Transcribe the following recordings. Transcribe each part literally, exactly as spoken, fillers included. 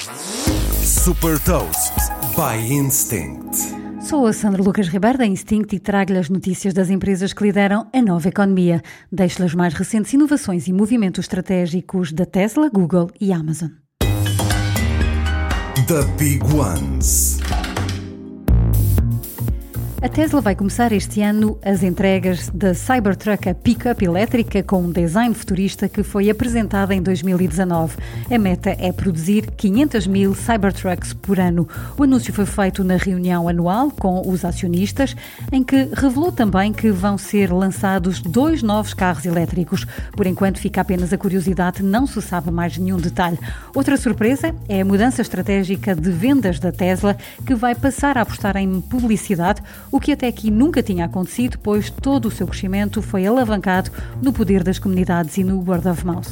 Super Toast by Instinct. Sou a Sandra Lucas Ribeiro da Instinct e trago-lhe as notícias das empresas que lideram a nova economia. Deixo-lhe as mais recentes inovações e movimentos estratégicos da Tesla, Google e Amazon. The Big Ones. A Tesla vai começar este ano as entregas da Cybertruck, a pick-up elétrica com um design futurista que foi apresentada em dois mil e dezanove. A meta é produzir quinhentos mil Cybertrucks por ano. O anúncio foi feito na reunião anual com os acionistas, em que revelou também que vão ser lançados dois novos carros elétricos. Por enquanto fica apenas a curiosidade, não se sabe mais nenhum detalhe. Outra surpresa é a mudança estratégica de vendas da Tesla, que vai passar a apostar em publicidade, o que até aqui nunca tinha acontecido, pois todo o seu crescimento foi alavancado no poder das comunidades e no word of mouth.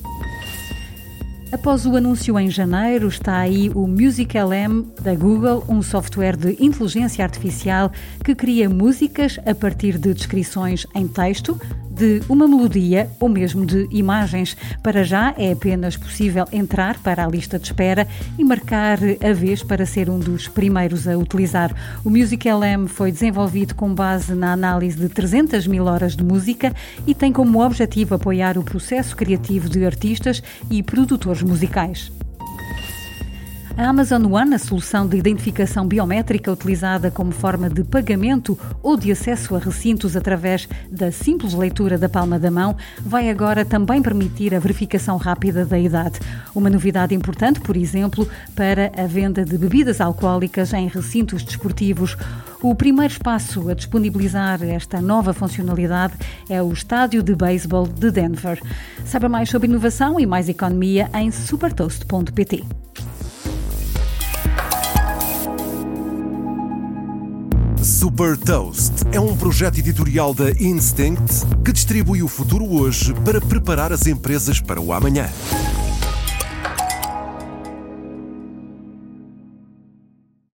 Após o anúncio em janeiro, está aí o Music L M da Google, um software de inteligência artificial que cria músicas a partir de descrições em texto, de uma melodia ou mesmo de imagens. Para já é apenas possível entrar para a lista de espera e marcar a vez para ser um dos primeiros a utilizar. O Music L M foi desenvolvido com base na análise de trezentas mil horas de música e tem como objetivo apoiar o processo criativo de artistas e produtores musicais. A Amazon One, a solução de identificação biométrica utilizada como forma de pagamento ou de acesso a recintos através da simples leitura da palma da mão, vai agora também permitir a verificação rápida da idade. Uma novidade importante, por exemplo, para a venda de bebidas alcoólicas em recintos desportivos. O primeiro espaço a disponibilizar esta nova funcionalidade é o estádio de beisebol de Denver. Saiba mais sobre inovação e mais economia em supertoast ponto pt. Super Toast é um projeto editorial da Instinct que distribui o futuro hoje para preparar as empresas para o amanhã.